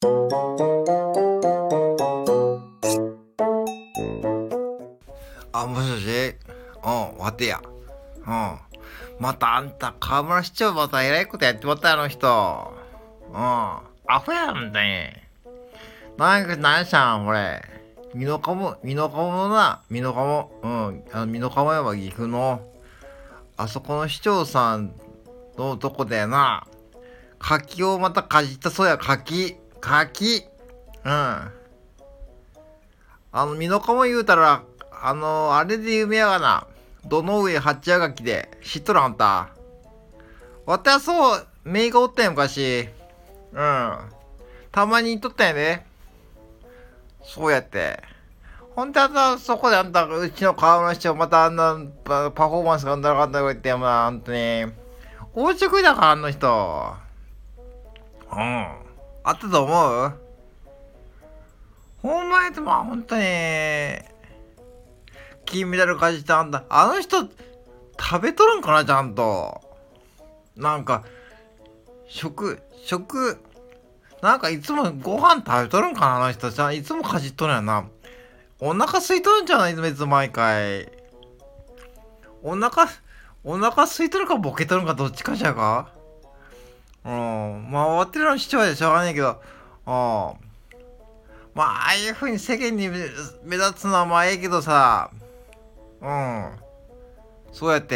もしもし。わてや。またあんた、河村市長また偉いことやってまったよ、あの人。アホやんね。何しゃん、これ。美濃加茂のな、美濃加茂。美濃加茂山岐阜の、あそこの市長さんのとこでな、柿をまたかじったそうや、柿。美濃加茂言うたら、あれで有名やがな。どの上八夜柿で。知っとるあんた。わたそう、メイがおったんや昔。たまに言っとったんやで。そうやって。ほんとあんた、そこであんた、うちの川村市長またあんなパフォーマンスがんだらかんだら言って、まあ、ほんとに。大食いだから、あの人。あったと思う？ほんまやって、まあ、ほんとに。金メダルかじってあんた、あの人、食べとるんかな、ちゃんと。なんか、なんかいつもご飯食べとるんかな、あの人。いつもかじっとるんやな。お腹空いとるんじゃないの、別に毎回。お腹空いとるかボケとるんかどっちかじゃが。まあ終わってるの市長でしょうがねえけど。まあ、ああいう風に世間に目立つのはまあええけどさ。そうやって。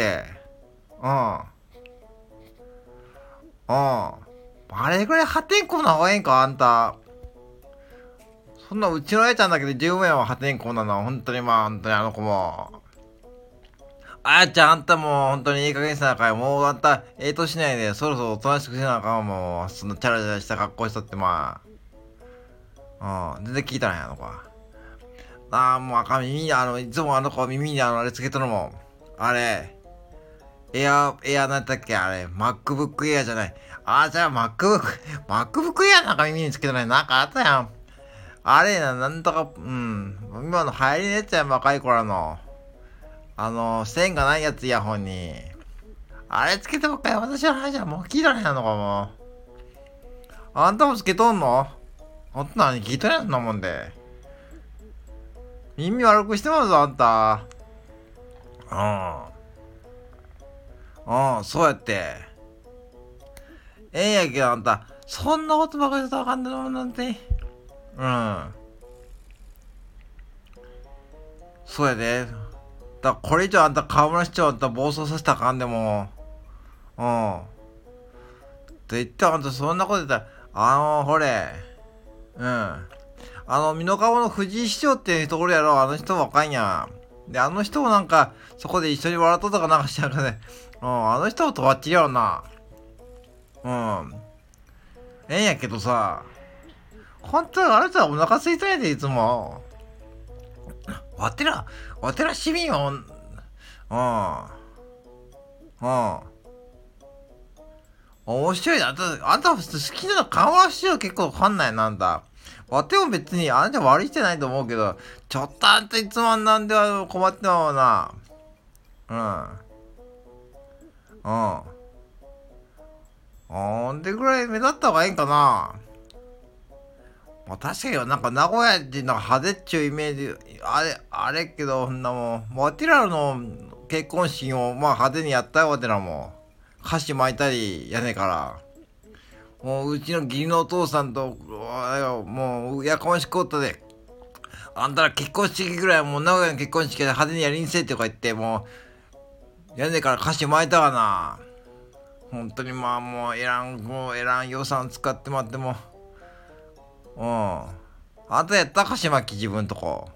あれぐらい破天荒な方がええんか、あんた。そんなうちの親ちゃんだけで十分やわ、破天荒なのは。本当にまあ、本当にあの子も。あやちゃん、あんたもう本当にいい加減にせなあかんよ。もうあんた、年ないで、そろそろおとなしくせなあかんわ、もう。そのチャラチャラした格好しとってまあ。全然聞いたらへん、あの子は。もうあかん、いつもあの子は耳にあれつけとるもん。あれ、エアなんだっけあれ、MacBook Air じゃない。じゃあ MacBook Air なんか耳につけとない。なんかあったやん。あれなんとか、今の流行りのやつやん、若い頃の。線がないやつイヤホンに。あれつけてばっかり私の話はもう聞いたらへんのかも。あんたもつけとんの？あんた何聞いとんやんなもんで。耳悪くしてますぞ、あんた。そうやって。やけどあんた、そんなことばかり言うとあかんだろうなんて。そうやで。これ以上あんた河村市長あんた暴走させたらあかんでも。って言ってあんたそんなこと言ったら、ほれ。美濃加茂の藤井市長っていうところやろ、あの人若いんや。で、あの人もなんか、そこで一緒に笑っとったかなんかしらんかね。あの人もとばっちりやろな。やけどさ、本当にあなたはお腹空いたんやで、いつも。わてら市民は、面白いな。あんた好きなの緩和しよう結構わかんないなんだ。わても別にあんた悪い人ないと思うけど、ちょっとあんたいつもなんで困ってまうな。でぐらい目立った方がいいんかな。確かになんか名古屋人の派手っちゅうイメージ、あれけど、そんなもん、わてらの結婚式をまあ派手にやったよ、わてらも。菓子巻いたりやねえから。もううちの義理のお父さんと、もうやかましくおったで。あんたら結婚式ぐらいもう名古屋の結婚式で派手にやりんせえとか言って、もう、やねえから菓子巻いたわな。本当にまあもういらん予算使ってもらっても。あんたやった菓子巻き自分とこ。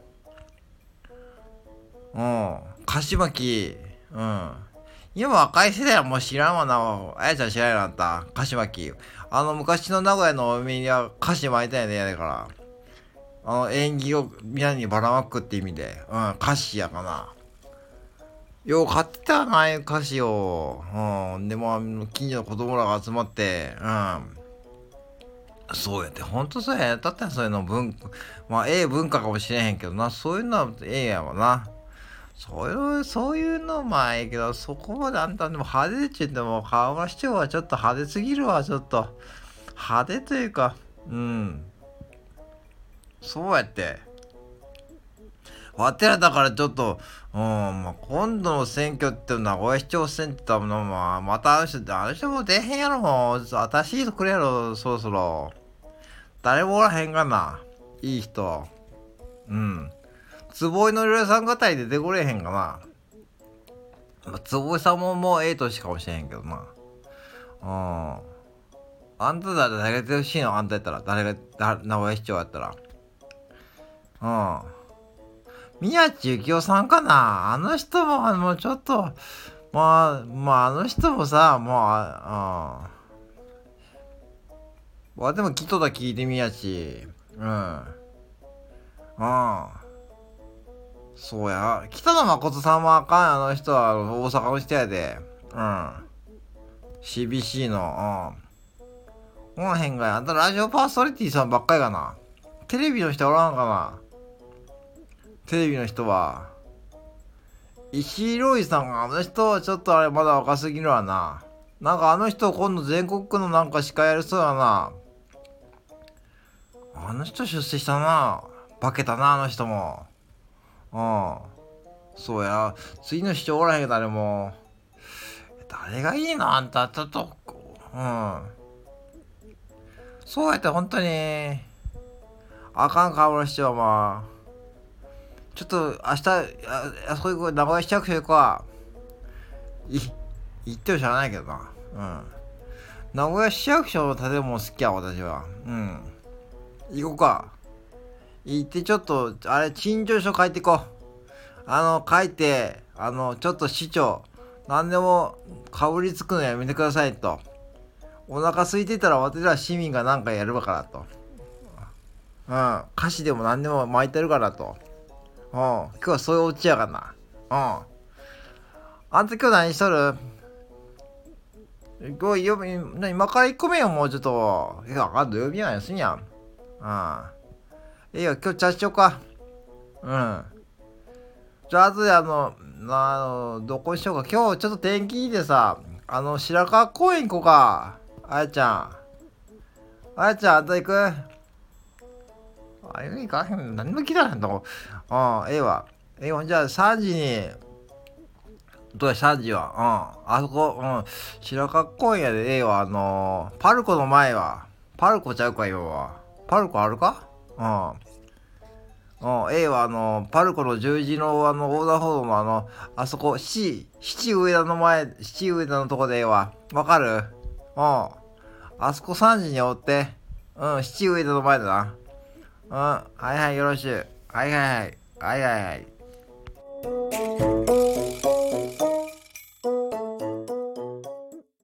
菓子巻き。今若い世代はもう知らんわな。あやちゃん知らんよあんた。菓子巻き。昔の名古屋のお見には菓子巻いたんやでやでから。縁起を皆にばらまくって意味で。菓子やかな。よう買ってたな、ああいう菓子を。でも、近所の子供らが集まって、そうやって、ほんとそうや。だったらそういうのまあ、文化かもしれへんけどな。そういうのはやわな。そういうのまあええけど、そこまであんたでも派手っちゅっても、河村市長はちょっと派手すぎるわ、ちょっと。派手というか、 そうやって。わてらだからちょっと、まあ、今度の選挙って名古屋市長選って多分まあ、またあの人も出へんやろ、もう。新しい人来るやろ、そろそろ。誰もおらへんがな。いい人。うん。坪井のりょうさん方に出てこれへんかな。まあ、坪井さんももうええ年かもしれへんけどな。うん。あんた誰が出てほしいのあんたやったら。名古屋市長やったら。うん。宮地幸雄さんかな。あの人も、もうちょっと、あの人もさ、でも、きっとだ聞いてみやし。うん。うん。そうや。北野誠さんもあかん。あの人は大阪の人やで。うん。CBC の。うん。おらへんがや。あんたラジオパーソナリティさんばっかりかな。テレビの人おらんかな。テレビの人は。石井ロイさんがあの人はちょっとあれまだ若すぎるわな。なんかあの人今度全国区のなんか司会やるそうやな。あの人出世したな。化けたな、あの人も。うん。そうや。次の市長おらへんけど、誰も。誰がいいのあんた、ちょっと。うん。そうやって本当に、あかん河村市長は、ちょっと明日、そういう名古屋市役所行こうか。行っても知らないけどな。うん。名古屋市役所の建物好きや、私は。うん。行こうか。行ってちょっと、あれ、陳情書書いてこう。書いて、ちょっと市長、何でもかぶりつくのやめてくださいと。お腹空いてたら私ら市民が何かやるからと。うん。菓子でも何でも巻いてるからと。うん。今日はそういうオチやがな。うん。あんた今日何しとる？今から1個目よ、もうちょっと。土曜日やん、休みやん。うん。いいよ、今日茶しようか。うん。じゃあ、後でどこにしようか。今日ちょっと天気いいでさ、白川公園行こうか。あやちゃん。あやちゃん、あんた行く？あれ行かへん。何も聞いたらへんとこ。ええわ。ええわ。じゃあ3時に、どうや、3時は。あそこ、白川公園やでええわ。パルコの前は。パルコちゃうか、今は。パルコあるか？ええわ、パルコの十字の横断歩道のあそこ、七上田の前、七上田のとこでええわ。わかる？あそこ3時におって。七上田の前だな。はいはい、よろしゅう。はいはいはい。はいはいはい。